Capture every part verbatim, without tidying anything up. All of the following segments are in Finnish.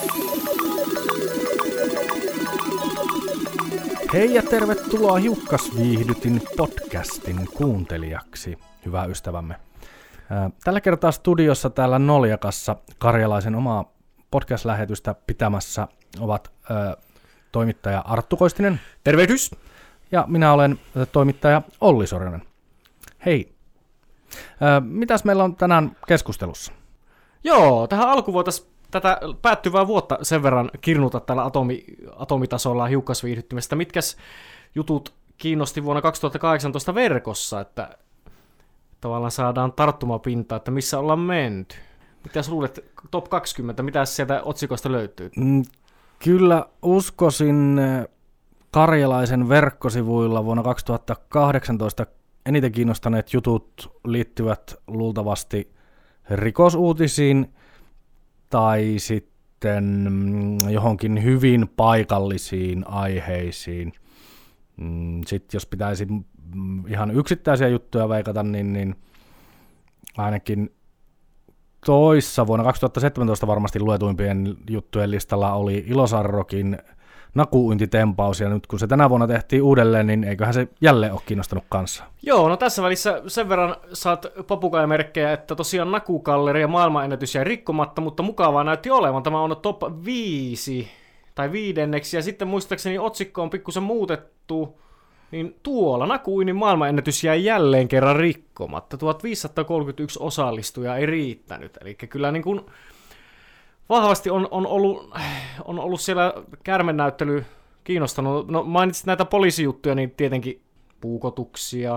Hei ja tervetuloa Hiukkasviihdytin podcastin kuuntelijaksi, hyvä ystävämme. Tällä kertaa studiossa täällä Noljakassa Karjalaisen omaa podcast-lähetystä pitämässä ovat ö, toimittaja Arttu Koistinen. Tervehdys! Ja minä olen toimittaja Olli Sorjonen. Hei. Ö, mitäs meillä on tänään keskustelussa? Joo, tähän alkuun voitaisiin tätä päättyvää vuotta sen verran kirnuta täällä atomi, atomitasolla hiukkasviihdyttimestä. Mitkäs jutut kiinnosti vuonna kaksituhattakahdeksantoista verkossa, että tavallaan saadaan tarttumapintaa, että missä ollaan menty? Mitäs luulet, top kaksikymmentä, mitä sieltä otsikoista löytyy? Mm, kyllä uskoisin Karjalaisen verkkosivuilla vuonna kaksituhattakahdeksantoista eniten kiinnostaneet jutut liittyvät luultavasti rikosuutisiin tai sitten johonkin hyvin paikallisiin aiheisiin. Sitten jos pitäisi ihan yksittäisiä juttuja veikata, niin, niin ainakin toissa vuonna kaksituhattaseitsemäntoista varmasti luetuimpien juttujen listalla oli Ilosarrokin nakuuintitempaus, ja nyt kun se tänä vuonna tehtiin uudelleen, niin eiköhän se jälleen ole kiinnostanut kanssa. Joo, no tässä välissä sen verran saat papukaimerkkejä, että tosiaan nakukalleri ja maailmanennätys jäi rikkomatta, mutta mukavaa näytti olevan. Tämä on top viisi tai viidenneksi, ja sitten muistaakseni otsikko on pikkusen muutettu, niin tuolla nakuuinnin maailmanennätys jäi jälleen kerran rikkomatta. tuhatviisisataakolmekymmentäyksi osallistujaa ei riittänyt, eli kyllä niin kuin vahvasti on, on, ollut, on ollut siellä käärmenäyttely kiinnostanut. No mainitsit näitä poliisijuttuja, niin tietenkin puukotuksia,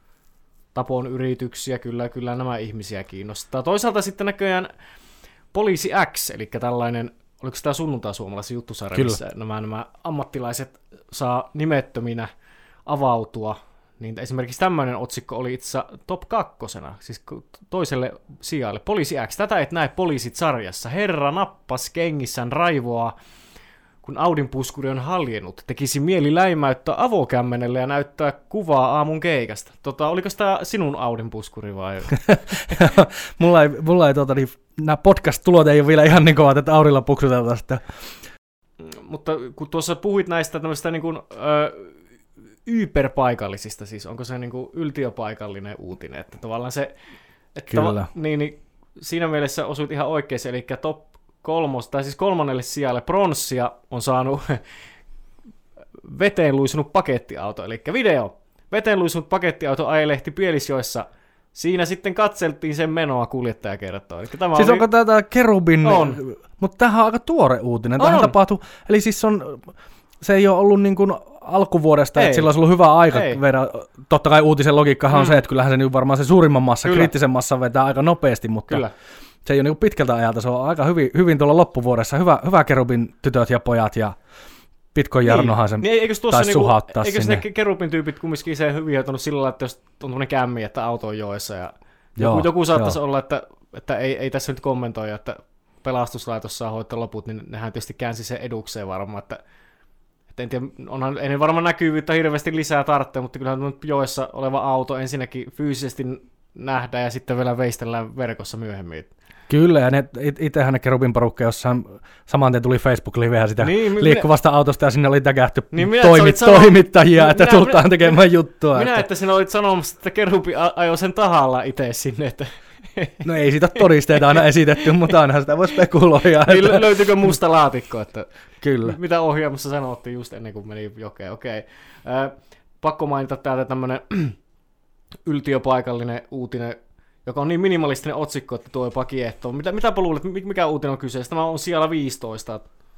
tapon yrityksiä, kyllä, kyllä nämä ihmisiä kiinnostaa. Toisaalta sitten näköjään Poliisi X, eli tällainen, oliko tämä sunnuntai-suomalaisen juttusarja, missä nämä, nämä ammattilaiset saa nimettöminä avautua, niin esimerkiksi tämmöinen otsikko oli itse top kakkosena, siis toiselle sijalle. Poliisi X, tätä et näe Poliisit sarjassa. Herra nappas kengissään raivoa, kun Audin puskuri on haljennut. Tekisi mieli läimäyttää avokämmenelle ja näyttää kuvaa aamun keikasta. Tota, oliko tämä sinun Audin puskuri vai? mulla ei, mulla ei tota, niin, nämä podcast-tulot ei ole vielä ihan niin kovat, että Audilla puksuteltaan sitä. Mutta kun tuossa puhuit näistä tämmöistä niin kuin Öö, yperpaikallisista, siis onko se niin kuin yltiöpaikallinen uutinen, että tavallaan se, että Kyllä. Tava, niin, niin, siinä mielessä osuit ihan oikein, eli top kolmos, tai siis kolmannelle sijalle pronssia on saanut veteen luisunut pakettiauto, eli video. Veteen luisunut pakettiauto ajelehti Pielisjoessa. Siinä sitten katseltiin sen menoa, kuljettaja kertoo. Eli tämä siis oli... onko tämä Kerubin, on. Mutta tämähän on aika tuore uutinen. On, tämähän on. tapahtui, eli siis on, se ei ole ollut niin kuin alkuvuodesta, ei. Että sillä olisi ollut hyvä aika ei. Vedä. Totta kai uutisen logiikkahan mm. on se, että kyllähän se nyt varmaan se suurimman massa, Kyllä. kriittisen massan vetää aika nopeasti, mutta Kyllä. se ei ole niin pitkältä ajalta, se on aika hyvin, hyvin tuolla loppuvuodessa. Hyvä, hyvä Kerubin tytöt ja pojat ja Pitkon Jarnohan sen niin, taisi niinku, suhauttaa eikö sinne. Eikö ne Kerubin tyypit kumminkin se hyvin joutunut sillä lailla, että jos on tuollainen kämmi, että auto on joessa ja joo, joku, joku saattaisi joo. olla, että, että ei, ei tässä nyt kommentoida, että pelastuslaitos saa hoitaa loput, niin nehän tietysti käänsi sen edukseen varmaan, että en tiedä, onhan, ei ne varmaan näkyvyyttä hirveästi lisää tarvitse, mutta kyllähän joessa oleva auto ensinnäkin fyysisesti nähdään ja sitten vielä veistellään verkossa myöhemmin. Kyllä, ja ne, itsehän ne Kerubin porukka jossain saman tien tuli Facebook-liveä sitä niin, liikkuvasta minä, autosta, ja sinne oli tägähty niin minä, toimit, sanoo, toimittajia, minä, että minä, tultaan minä, tekemään juttua. Minä, että, että sinä olit sanomassa, että Kerubi ajoi sen tahalla itse sinne. Että no ei siitä todisteita aina esitetty, mutta ainahan sitä voi spekuloida. Niin että löytyykö musta laatikko, että Kyllä. mitä ohjelmassa sanottiin just ennen kuin meni jokeen. Okei. Äh, pakko mainita täältä tämmöinen yltiöpaikallinen uutinen, joka on niin minimalistinen otsikko, että tuo jopa kiehtoo. Mitä, mitäpä luulet, mikä uutinen on kyseessä? Tämä on siellä viisitoista.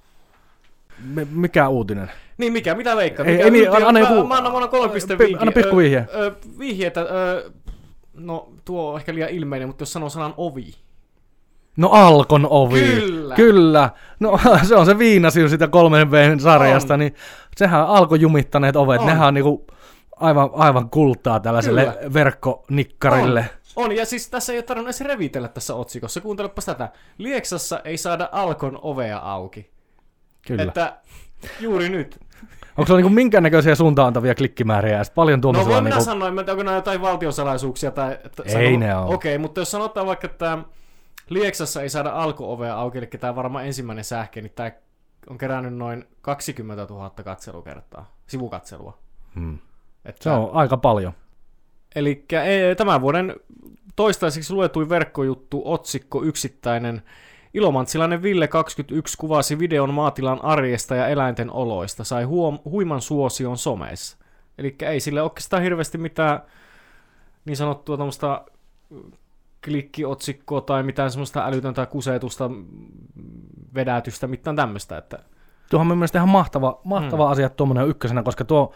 M- mikä uutinen? Niin, mikä? Mitä veikkaa? Ei, ei niin, anna, anna joku... Mä annan kolme piste viisi. Anna pikku vihje. Öö, vihjeitä, öö, no tuo on ehkä liian ilmeinen, mutta jos sanoo sanan ovi. No Alkon ovi. Kyllä. Kyllä. No se on se viinasiu sitä kolmen V:n sarjasta, on. Niin sehän on Alko jumittaneet ovet. On. Nehän on niinku aivan, aivan kultaa tällaiselle Kyllä. verkkonikkarille. On. On, ja siis tässä ei ole tarvinnut edes revitellä tässä otsikossa. Kuuntelepas tätä. Lieksassa ei saada Alkon ovea auki. Kyllä. Että juuri nyt. Onko se niinku minkäännäköisiä suuntaantavia klikkimääriä ja paljon tuommoisella? No voin minä niinku... sanoa, että onko nämä jotain valtiosalaisuuksia tai... Että ei sano... ne ole. Okei, okay, mutta jos sanotaan vaikka, että Lieksassa ei saada alkuovea auki, eli tämä varmaan ensimmäinen sähkö, niin tämä on kerännyt noin kaksikymmentätuhatta katselukertaa, sivukatselua. Hmm. Että, se on aika paljon. Eli tämän vuoden toistaiseksi luetuin verkkojuttu, otsikko yksittäinen. Ilomantsilainen Ville kaksikymmentäyksi kuvasi videon maatilan arjesta ja eläinten oloista, sai huom- huiman suosion someissa. Eli ei sille oikeastaan hirveästi mitään niin sanottua tämmöistä klikkiotsikkoa tai mitään semmoista älytöntä kusetusta, vedätystä, mitään tämmöistä. Että... Tuohan on mielestäni ihan mahtava, mahtava hmm. asia tuommoinen ykkösenä, koska tuo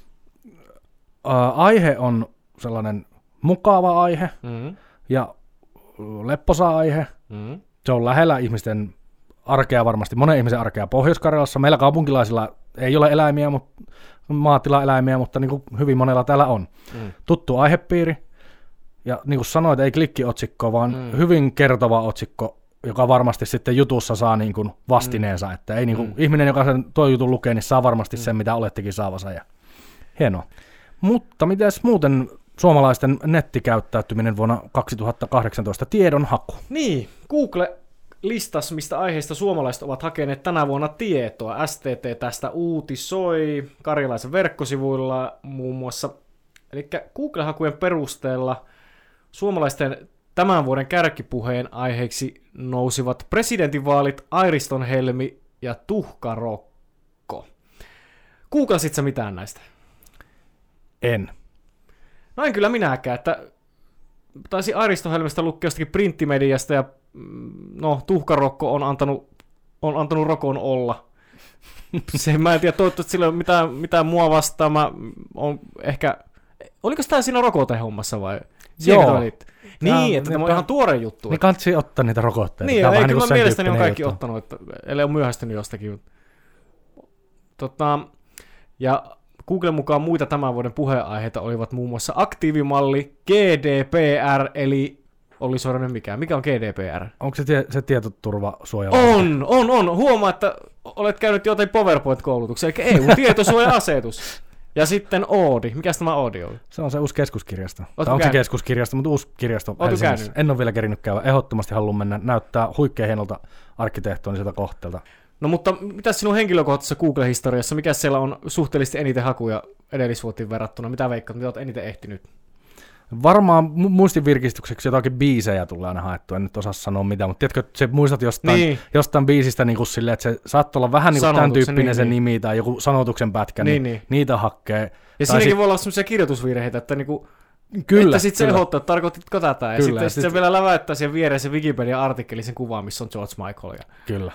ää, aihe on sellainen mukava aihe hmm. ja lepposa aihe. Hmm. Se on lähellä ihmisten arkea varmasti, monen ihmisen arkea Pohjois-Karjalassa. Meillä kaupunkilaisilla ei ole eläimiä, mutta maatilaeläimiä, mutta niin kuin hyvin monella täällä on. Hmm. Tuttu aihepiiri. Ja niin kuin sanoit, ei klikkiotsikko, vaan mm. hyvin kertova otsikko, joka varmasti sitten jutussa saa niin kuin vastineensa. Mm. Että ei niin kuin, mm. ihminen, joka sen tuo jutun lukee, niin saa varmasti mm. sen, mitä olettekin saavansa. Ja hienoa. Mutta mites muuten suomalaisten nettikäyttäytyminen vuonna kaksituhattakahdeksantoista tiedonhaku? Niin, Google listasi, mistä aiheista suomalaiset ovat hakeneet tänä vuonna tietoa. S T T tästä uutisoi Karjalaisen verkkosivuilla muun muassa. Eli Google-hakujen perusteella suomalaisten tämän vuoden kärkipuheen aiheeksi nousivat presidentinvaalit, Airistonhelmi ja tuhkarokko. Googlasit sä mitään näistä? En. No en kyllä minäkään, että taisi Airistonhelmistä lukea jostakin printtimediasta ja no tuhkarokko on antanut, on antanut rokon olla. Se, mä en tiedä, toivottavasti sillä ei ole mitään, mitään mua vastaan, mä on ehkä... Oliko tämä siinä rokotehommassa vai? Joo. Niin, että tämä on ihan tuore juttu. Niin kannattaa ottaa niitä rokotteita. Niin, ei kyllä mielestäni on kaikki juttu. Ottanut, että, ellei ole myöhästynyt jostakin. Tota, ja Googlen mukaan muita tämän vuoden puheenaiheita olivat muun muassa aktiivimalli, G D P R, eli oli suoraan mikään. Mikä on G D P R? Onko se, tie, se tietoturvasuoja? On, on, on. Huomaa, että olet käynyt jotain PowerPoint-koulutuksia, eli E U-tietosuoja-asetus. Ja sitten Oodi. Mikäs tämä Oodi oli? Se on se uusi keskuskirjasto. Tai onko se keskuskirjasto, mutta uusi kirjasto Helsingissä. En ole vielä kerinyt käydä. Ehdottomasti haluan mennä. Näyttää huikean hienolta arkkitehtooniselta kohteelta. No mutta mitä sinun henkilökohtaisessa Google-historiassa, mikä siellä on suhteellisesti eniten hakuja edellisvuotiin verrattuna? Mitä veikkaat, mitä olet eniten ehtinyt? Varmaan muistin virkistykseksi jotakin biisejä tulee aina haettu, en nyt osaa sanoa mitä, mutta tiedätkö, että se muistat jostain, niin. jostain biisistä niin kuin silleen, että se saattoi olla vähän niin kuin tämän tyyppinen niin, se niin. nimi tai joku sanotuksen pätkä, niin, niin, niin. niitä hakkee. Ja tai siinäkin sit... voi olla sellaisia kirjoitusvirheitä, että niin kuin Kyllä, että sitten se ehdottaa, että tarkoititko tätä, ja sitten sit se vielä läväyttää siihen viereen se Wikipedia-artikkeli, sen kuvaan, missä on George Michael. Ja... Kyllä.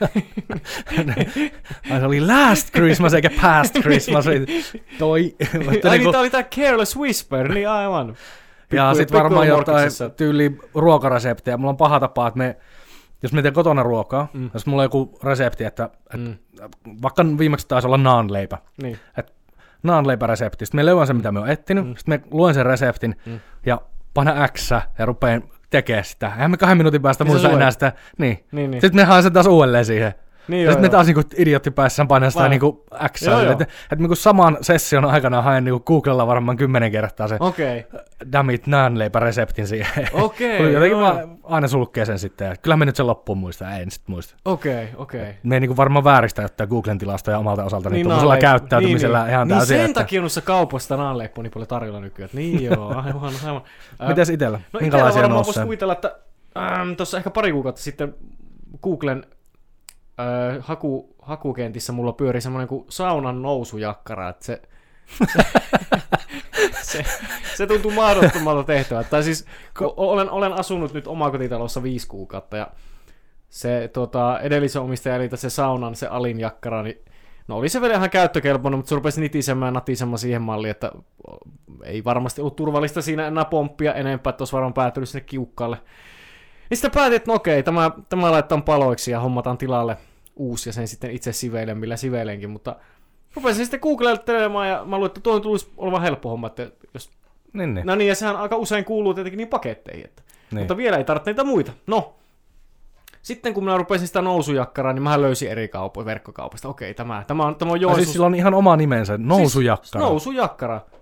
Ai se oli Last Christmas eikä Past Christmas. Toi. Ai niin, niinku... tämä oli tämä Careless Whisper, niin aivan. Pikku, ja sitten varmaan jotain tyyli ruokareseptiä. Mulla on paha tapa, että me, jos me teen kotona ruokaa, mm. jos mulla on joku resepti, että, että mm. vaikka viimeksi taisi olla naanleipä, niin. että naanleipäresepti. Sitten me löydän sen, mitä me oon etsinyt. Mm. Sitten me luen sen reseptin mm. ja paina X ja rupean tekemään sitä. Eihän me kahden minuutin päästä muista enää sitä. Niin. Niin, niin. Sitten me haen sen taas uudelleen siihen. Niin, ja sitten me taas niinku idiottipäissään painaa sitä niinku X. Että et niinku saman session aikana haen niinku Googlella varmaan kymmenen kertaa se okay. damn it naanleipäreseptin siihen. Okei. Okay, jotenkin vaan aina sulkee sen sitten. Kyllä me nyt sen loppuun muista, en sit muista. Okei, okay, okei. Okay. Me ei niinku varmaan vääristä ottaa Googlen tilastoja omalta osalta niin tuollaisella käyttäytymisellä niin, ihan niin. täysin. Niin sen takia noissa kaupoista naanleippua niin paljon tarjolla nykyään. Niin joo, aivan, aivan. Mites itsellä? No itsellä varmaan voisi kuvitella, että ähm, tuossa ehkä pari kuukautta sitten Googlen Öö, haku, hakukentissä mulla pyöri semmoinen kuin saunan nousujakkara, että se, se, se, se tuntuu mahdottomalta tehtävältä. Tai siis olen, olen asunut nyt omakotitalossa viisi kuukautta ja se tuota, edellisen omistajan eli se saunan, se alinjakkara, niin no oli se vielä ihan käyttökelpoinen, mutta se rupesi nitisemään ja natisemaan siihen malliin, että ei varmasti ollut turvallista siinä enää pomppia enempää, että olisi varmaan päätynyt sinne kiukkaalle. Niin sitten päätin, että no okei, tämä, tämä laitetaan paloiksi ja hommataan tilalle uusi ja sen sitten itse siveilen, millä siveilenkin, mutta rupesin sitten googlettelemaan ja mä luulen, että tuohon tulisi olemaan helppo homma, että jos... Niin, niin. No niin, ja sehän aika usein kuuluu tietenkin niin paketteihin, että... niin. Mutta vielä ei tarvitse niitä muita. No, sitten kun minä rupesin sitä nousujakkaraa, niin mä löysin eri kaupo- verkkokaupasta. Okei, tämä, tämä on, tämä on Joensuus... Siis sillä on ihan oma nimensä, nousujakkara. Siis, nousujakkara.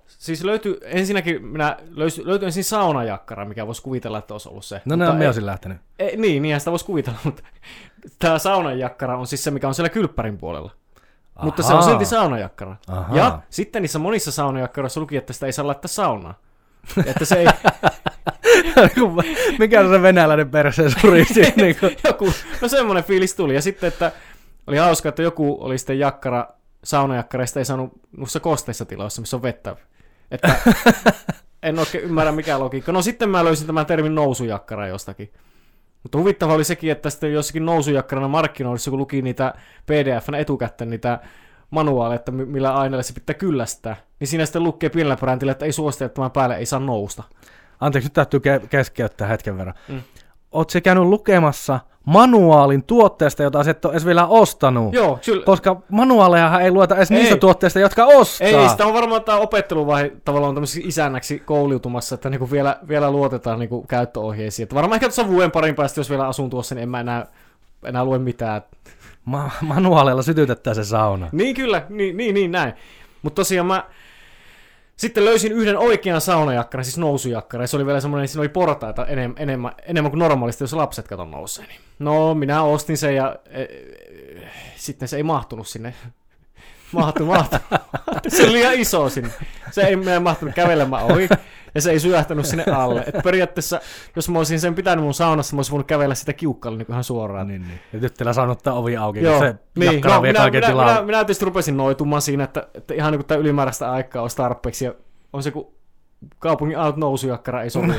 siis löytyi, ensinnäkin minä löysin, löytyi ensin saunajakkara, mikä voisi kuvitella, että olisi ollut se. No ne on me olisin lähtenyt. Ei, niin, niinhän sitä voisi kuvitella, mutta tämä saunajakkara on siis se, mikä on siellä kylppärin puolella. Aha. Mutta se on silti saunajakkara. Aha. Ja sitten niissä monissa saunajakkaroissa luki, että sitä ei saa laittaa saunaan. Että se ei... Mikä on se venäläinen perseen suristi? Niin joku, no semmoinen fiilis tuli. Ja sitten, että oli hauska, että joku oli sitten jakkara, saunajakkara, ja sitä ei saanut noissa kosteissa tiloissa, missä on vettä. Että en oikein ymmärrä mikä logiikka. No sitten mä löysin tämän termin nousujakkara jostakin. Mutta huvittava oli sekin, että sitten jossakin nousujakkarana markkinoissa, kun luki niitä P D F-nä etukäteen, niitä manuaaleja, että millä aineella se pitää kyllästää, niin siinä sitten lukee pienellä brändillä, että ei suostele, että tämän päälle ei saa nousta. Anteeksi, nyt täytyy ke- keskeyttää hetken verran. Mm. Oot se käynyt lukemassa manuaalin tuotteesta, jota sä et ole edes vielä ostanut? Joo, kyllä. Koska manuaalejahan ei lueta edes ei. niistä tuotteista, jotka ostaa. Ei, sitä on varmaan tämä opetteluvaihe tavallaan tämmöisessä isännäksi kouliutumassa, että niinku vielä, vielä luotetaan niinku käyttöohjeisiin. Että varmaan ehkä tuossa vuoden parin päästä, jos vielä asun tuossa, niin en mä enää, enää lue mitään. Ma- manuaaleilla sytytetään se sauna. Niin kyllä, niin, niin, niin näin. Mutta tosiaan mä sitten löysin yhden oikean saunajakkaran, siis nousujakkaran. Se oli vielä semmoinen, siinä oli portaita enemmän, enemmän, enemmän kuin normaalisti, jos lapset katon nousee. Niin. No, minä ostin sen ja e, e, sitten se ei mahtunut sinne. Mahtu, mahtu. Se oli liian iso sinne. Se ei meidän mahtunut kävelemään ohi. Ja se ei syöhtänyt sinne alle. Et periaatteessa, jos mä olisin sen pitänyt mun saunassa, mä olisin voinut kävellä sitä kiukkalla niin ihan suoraan. Niin, niin. Ja nyt teillä saanuttaa ovi auki, joo, kun se niin. jakkara no, vie kaiken minä, tilaa. Minä, minä, minä tietysti rupesin noitumaan siinä, että, että ihan niin kuin tämä ylimääräistä aikaa olisi tarpeeksi. Ja on se, kun kaupungin ainut nousujakkara ei sovi.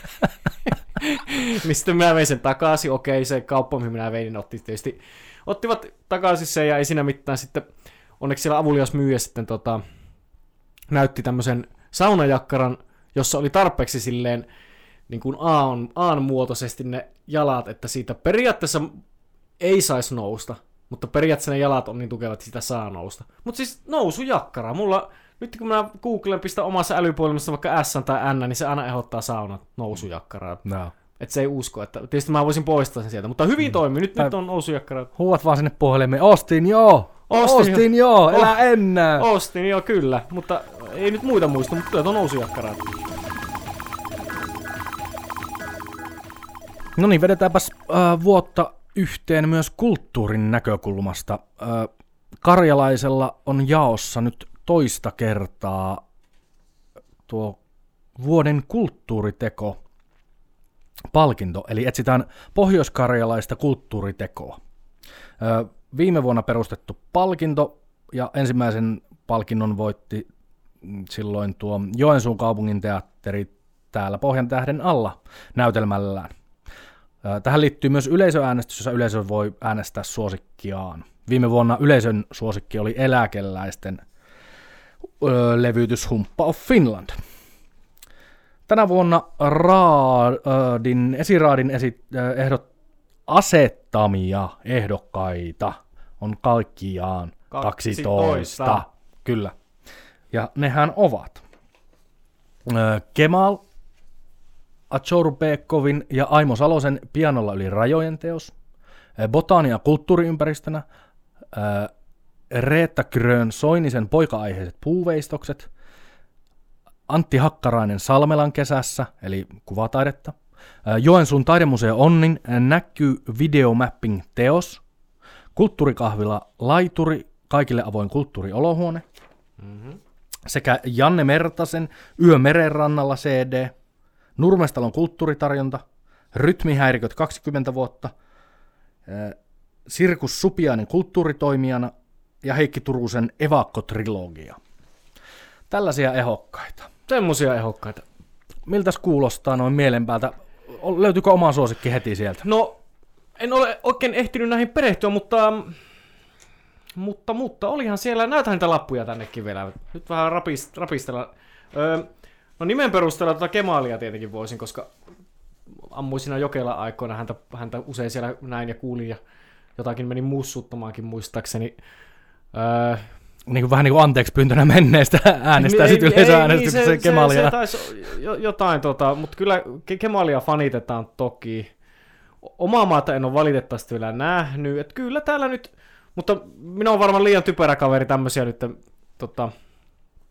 Niin sitten minä vein sen takaisin. Okei, se kauppa, mihin minä vein, niin otti tietysti. Ottivat takaisin sen ja ei siinä mitään sitten. Onneksi siellä avulias myyjä sitten tota, näytti tämmöisen saunajakkaran, jossa oli tarpeeksi silleen niin kuin aan, aan muotoisesti ne jalat, että siitä periaatteessa ei saisi nousta, mutta periaatteessa ne jalat on niin tukevat, että sitä saa nousta. Mutta siis nousujakkara. Mulla, nyt kun mä Googlen pistän omassa älypuhelimessa vaikka S tai N, niin se aina ehdottaa saunat nousujakkaraa. No. Että se ei usko, että tietysti mä voisin poistaa sen sieltä, mutta hyvin toimii. Nyt, nyt on nousujakkara. Huuat vaan sinne puhelimeen, ostin joo! Ostin, Ostin jo, joo, elä oh, ennää. Ostin jo, kyllä, mutta ei nyt muita muista, mutta kyllä tuon nousujakkaraa. No niin, vedetäänpäs äh, vuotta yhteen myös kulttuurin näkökulmasta. Äh, Karjalaisella on jaossa nyt toista kertaa tuo vuoden kulttuuriteko palkinto, eli etsitään pohjoiskarjalaista kulttuuritekoa. Äh, Viime vuonna perustettu palkinto, ja ensimmäisen palkinnon voitti silloin tuo Joensuun kaupungin teatteri täällä Pohjantähden alla näytelmällään. Tähän liittyy myös yleisöäänestys, jossa yleisö voi äänestää suosikkiaan. Viime vuonna yleisön suosikki oli eläkeläisten öö, levytys Humppa of Finland. Tänä vuonna Raadin, esiraadin esi- ehdot asettamia ehdokkaita on kaikkiaan kaksitoista. kaksitoista. Kyllä. Ja nehän ovat Kemal Acurbekovin ja Aimo Salosen Pianolla yli rajojen teos, Botania kulttuuriympäristönä, Reetta Grön Soinisen poika-aiheiset puuveistokset, Antti Hakkarainen Salmelan kesässä, eli kuvataidetta, Joensuun taidemuseo Onnin näkyy videomapping-teos, kulttuurikahvila Laituri, kaikille avoin kulttuuriolohuone, mm-hmm. sekä Janne Mertasen Yö merenrannalla C D, Nurmestalon kulttuuritarjonta, Rytmihäiriköt kaksikymmentä vuotta, Sirkus Supiainen kulttuuritoimijana ja Heikki Turusen Evakko-trilogia. Tällaisia ehokkaita. Semmoisia ehokkaita. Miltäs kuulostaa noin mielenpäältä? Löytyykö oma suosikki heti sieltä? No, en ole oikein ehtinyt näihin perehtyä, mutta, mutta, mutta olihan siellä, näytän niitä lappuja tännekin vielä. Nyt vähän rapist, rapistella. Öö, no nimen perusteella tuota Kemalia tietenkin voisin, koska ammuin siinä Jokela aikoina häntä, häntä usein siellä näin ja kuulin ja jotakin meni mussuttamaankin muistaakseni. Öö, niin kuin vähän niin kuin anteeksi pyyntönä menneestä äänestää sitten yleisöäänestyksessä niin, se, Kemalia. Se, se taisi jotain, tota, mutta kyllä Kemalia fanitetaan toki. Omaa maata en ole valitettavasti vielä nähnyt, että kyllä täällä nyt, mutta minä olen varmaan liian typerä kaveri tämmöisiä nyt tota,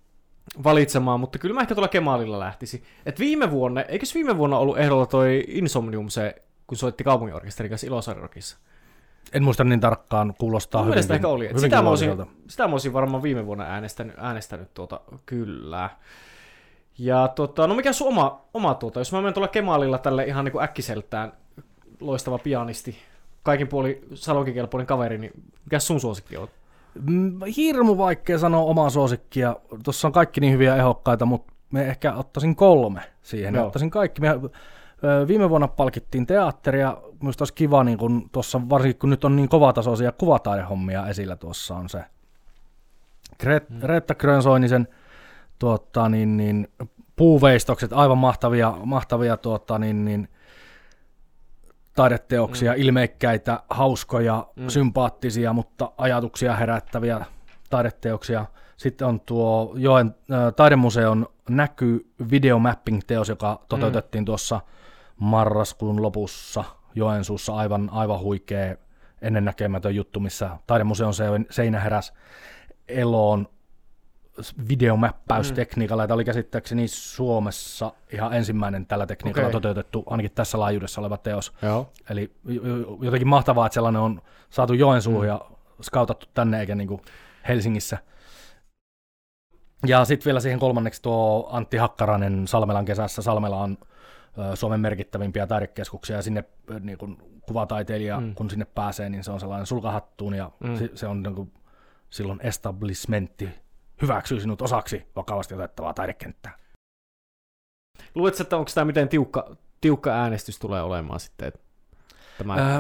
valitsemaan, mutta kyllä mä ehkä tuolla Kemalilla lähtisi. Et viime vuonna, eikös viime vuonna ollut ehdolla toi Insomnium se, kun soitti kaupunginorkesterin kanssa Ilosaari-rockissa? En muista niin tarkkaan, kuulostaa hyvinkin. Mielestäni ehkä oli. Sitä mä, olisin, sitä mä olisin varmaan viime vuonna äänestänyt, äänestänyt tuota, kyllä. Ja tota, no mikä sun oma, oma tuota, jos mä menen tuolla Kemalilla tälle ihan niin kuin äkkiseltään loistava pianisti, kaikin puoli salonkikelpoinen kaveri, niin mikä sun suosikki on? Hirmu vaikea sanoa omaa suosikkia. Tuossa on kaikki niin hyviä ehokkaita, mutta me ehkä ottaisin kolme siihen. No. Ottaisin kaikki. Me viime vuonna palkittiin teatteria. Minusta olisi kiva, niin kun tuossa, varsinkin kun nyt on niin kovatasoisia kuvataidehommia esillä, tuossa on se Gret, mm. Reetta Grönsoinisen tuota, niin, niin, puuveistokset, aivan mahtavia, mahtavia tuota, niin, niin, taideteoksia, mm. ilmeikkäitä, hauskoja, mm. sympaattisia, mutta ajatuksia herättäviä taideteoksia. Sitten on tuo Joen äh, taidemuseon näky videomapping-teos, joka toteutettiin mm. tuossa marraskuun lopussa Joensuussa. Aivan, aivan huikea, ennennäkemätön juttu, missä taidemuseon seinä heräsi eloon videomäppäystekniikalla. Mm. Tämä oli käsittääkseni Suomessa ihan ensimmäinen tällä tekniikalla okay. toteutettu, ainakin tässä laajuudessa oleva teos. Joo. Eli jotenkin mahtavaa, että sellainen on saatu Joensuuhun mm. ja skautattu tänne eikä niin kuin Helsingissä. Ja sitten vielä siihen kolmanneksi tuo Antti Hakkarainen Salmelan kesässä. Salmela on ö, Suomen merkittävimpiä taidekeskuksia ja sinne niin kun kuvataiteilija, mm. kun sinne pääsee, niin se on sellainen sulkahattuun ja mm. se, se on niin kuin, silloin establishmentti hyväksyy sinut osaksi vakavasti otettavaa taidekenttää. Luuletko, että onko tämä miten tiukka, tiukka äänestys tulee olemaan sitten? Tämä... Öö,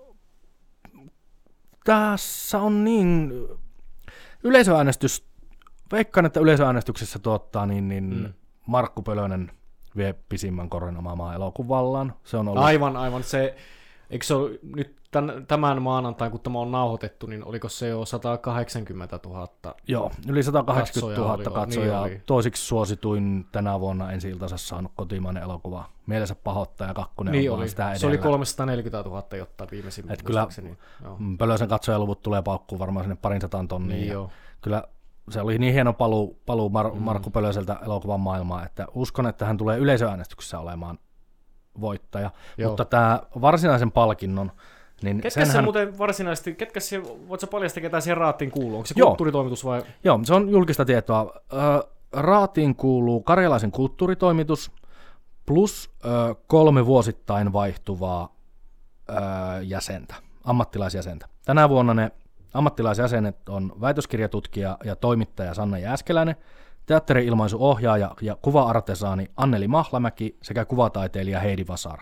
tässä on niin yleisöäänestys. Veikkaan, että yleisöäänestyksessä tuottaa, niin, niin mm. Markku Pölönen vie pisimmän korren omaamaan elokuvallaan. Se on ollut... Aivan, aivan. Se, eikö se ole nyt tämän, tämän maanantain, kun tämä on nauhoitettu, niin oliko se jo sata kahdeksankymmentätuhatta? Joo, yli sata kahdeksankymmentätuhatta katsojaa. Niin toisiksi suosituin tänä vuonna ensi-iltansa saanut kotimainen elokuva. Mielensä pahoittaja kakkonen niin oli. Sitä edellä. Se oli kolmesataaneljäkymmentätuhatta jotta viimeisimmän muistaakseni. Pölösen katsojaluvut tulee paukkuun varmaan sinne parin sataan tonniin. Niin joo. Kyllä se oli niin hieno paluu, paluu Mar- mm. Markku Pölöseltä elokuvan maailmaan, että uskon, että hän tulee yleisöäänestyksessä olemaan voittaja. Joo. Mutta tämä varsinaisen palkinnon... Niin ketkä senhän... se muuten varsinaisesti, ketkä se, voit sä paljastaa, ketä siihen Raatiin kuuluu? Onko se Joo. kulttuuritoimitus vai? Joo, se on julkista tietoa. Raatiin kuuluu Karjalaisen kulttuuritoimitus plus kolme vuosittain vaihtuvaa jäsentä, ammattilaisjäsentä. Tänä vuonna ne ammattilaisjäsenet on väitöskirjatutkija ja toimittaja Sanna Jääskeläinen, teatteri-ilmaisuohjaaja ja kuva-artesaani Anneli Mahlamäki sekä kuvataiteilija Heidi Vasara.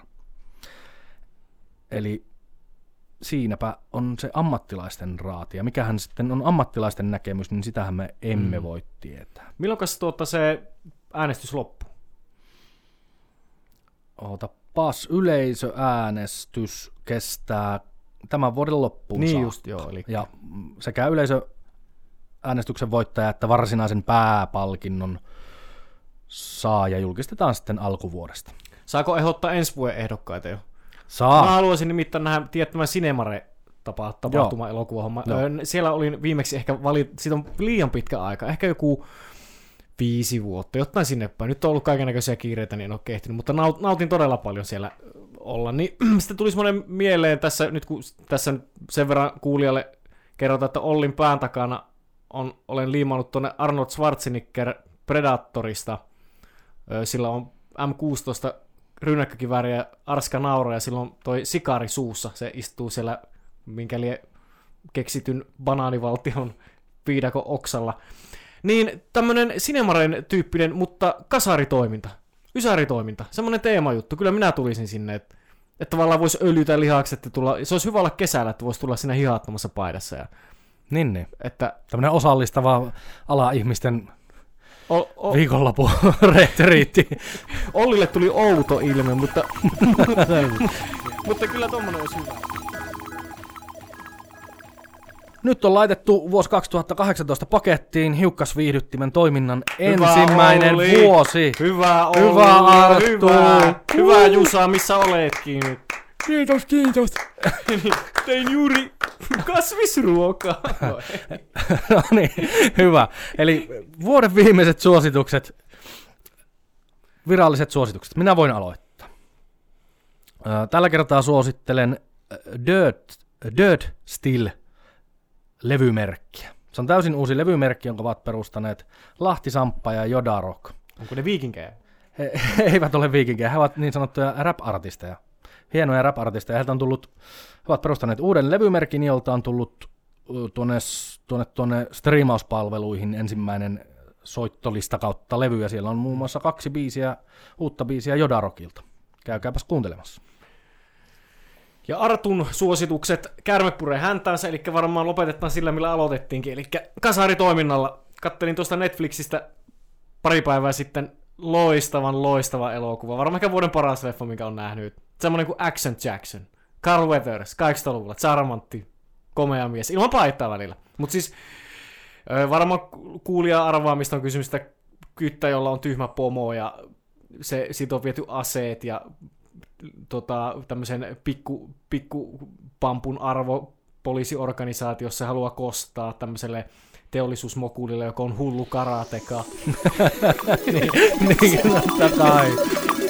Eli siinäpä on se ammattilaisten raati. Ja mikähän sitten on ammattilaisten näkemys, niin sitähän me emme mm. voi tietää. Milloinkas tuota se äänestys loppuu? Ootapas, yleisöäänestys kestää tämän vuoden loppuun niin saakka. Just, joo, eli... Ja sekä yleisöäänestyksen voittaja että varsinaisen pääpalkinnon saaja julkistetaan sitten alkuvuodesta. Saako ehdottaa ensi vuoden ehdokkaita jo? Saa. Mä haluaisin nimittäin nähdä tiettämään Cinemare-tapahtuma elokuvahomma. Siellä olin viimeksi ehkä vali... siitä on liian pitkä aika, ehkä joku viisi vuotta, jotain sinne päin. Nyt on ollut kaikennäköisiä kiireitä, niin en ole kehtinyt, mutta nautin todella paljon siellä olla. Niin sitten tuli semmoinen mieleen tässä, nyt kun tässä sen verran kuulijalle kerrotaan, että Ollin pään takana on, olen liimannut tuonne Arnold Schwarzenegger Predatorista. Sillä on M kuusitoista rynnäkkökivääri ja arska naura, ja silloin toi sikaari suussa. Se istuu siellä, minkä lie keksityn banaanivaltion viidakon oksalla. Niin tämmönen Cinemaren tyyppinen, mutta kasaritoiminta, ysäritoiminta, semmoinen teemajuttu. Kyllä minä tulisin sinne, että, että tavallaan voisi öljytä lihakset ja tulla, se olisi hyvä olla kesällä, että voisi tulla siinä hihattomassa paidassa. Ja, niin, niin. Että, tämmöinen osallistava ala-ihmisten o, o, viikonlopun retriitti. Ollille tuli outo ilme, mutta, mutta kyllä tommonen olisi hyvä. Nyt on laitettu vuosi kaksituhattakahdeksantoista pakettiin hiukkasviihdyttimen toiminnan hyvä ensimmäinen Olli. vuosi. Hyvä Olli, hyvä Arttu. Hyvä, hyvä Jusa, missä oletkin nyt? Kiitos, kiitos. Tein juuri Kasvisruokaa. No niin, hyvä. Eli vuoden viimeiset suositukset, viralliset suositukset. Minä voin aloittaa. Tällä kertaa suosittelen Dirt, Dirt Still-levymerkkiä. Se on täysin uusi levymerkki, jonka ovat perustaneet Lahti Samppa ja Yoda Rock. Onko ne viikinkejä? He, he eivät ole viikinkejä, he ovat niin sanottuja rap-artisteja. Hienoja rap-artisteja. Heiltä on tullut, he ovat perustaneet uuden levymerkin, jolta on tullut tuonne, tuonne, tuonne striimauspalveluihin ensimmäinen soittolista kautta levy, ja siellä on muun muassa kaksi biisiä, uutta biisiä Yoda Rockilta. Käykääpäs kuuntelemassa. Ja Artun suositukset Käärmepureen häntäänsä, eli varmaan lopetetaan sillä, millä aloitettiinkin, eli kasaritoiminnalla. Kattelin tuosta Netflixistä pari päivää sitten loistavan, loistava elokuva. Varmaan ehkä vuoden paras leffa, minkä on nähnyt. Semmoinen kuin Action Jackson. Carl Weathers, kahdeksankymmentäluvulla, charmantti, komea mies, ilman paittaa välillä. Mutta siis varmaan kuulija arvaa, mistä on kysymys, että kyttä, jolla on tyhmä pomo ja se, siitä on viety aseet ja tota, tämmöisen pikku, pikkupampun arvo poliisiorganisaatiossa haluaa kostaa tämmöiselle teollisuusmokuulille, joka on hullu karateka. niin, niin, totta kai.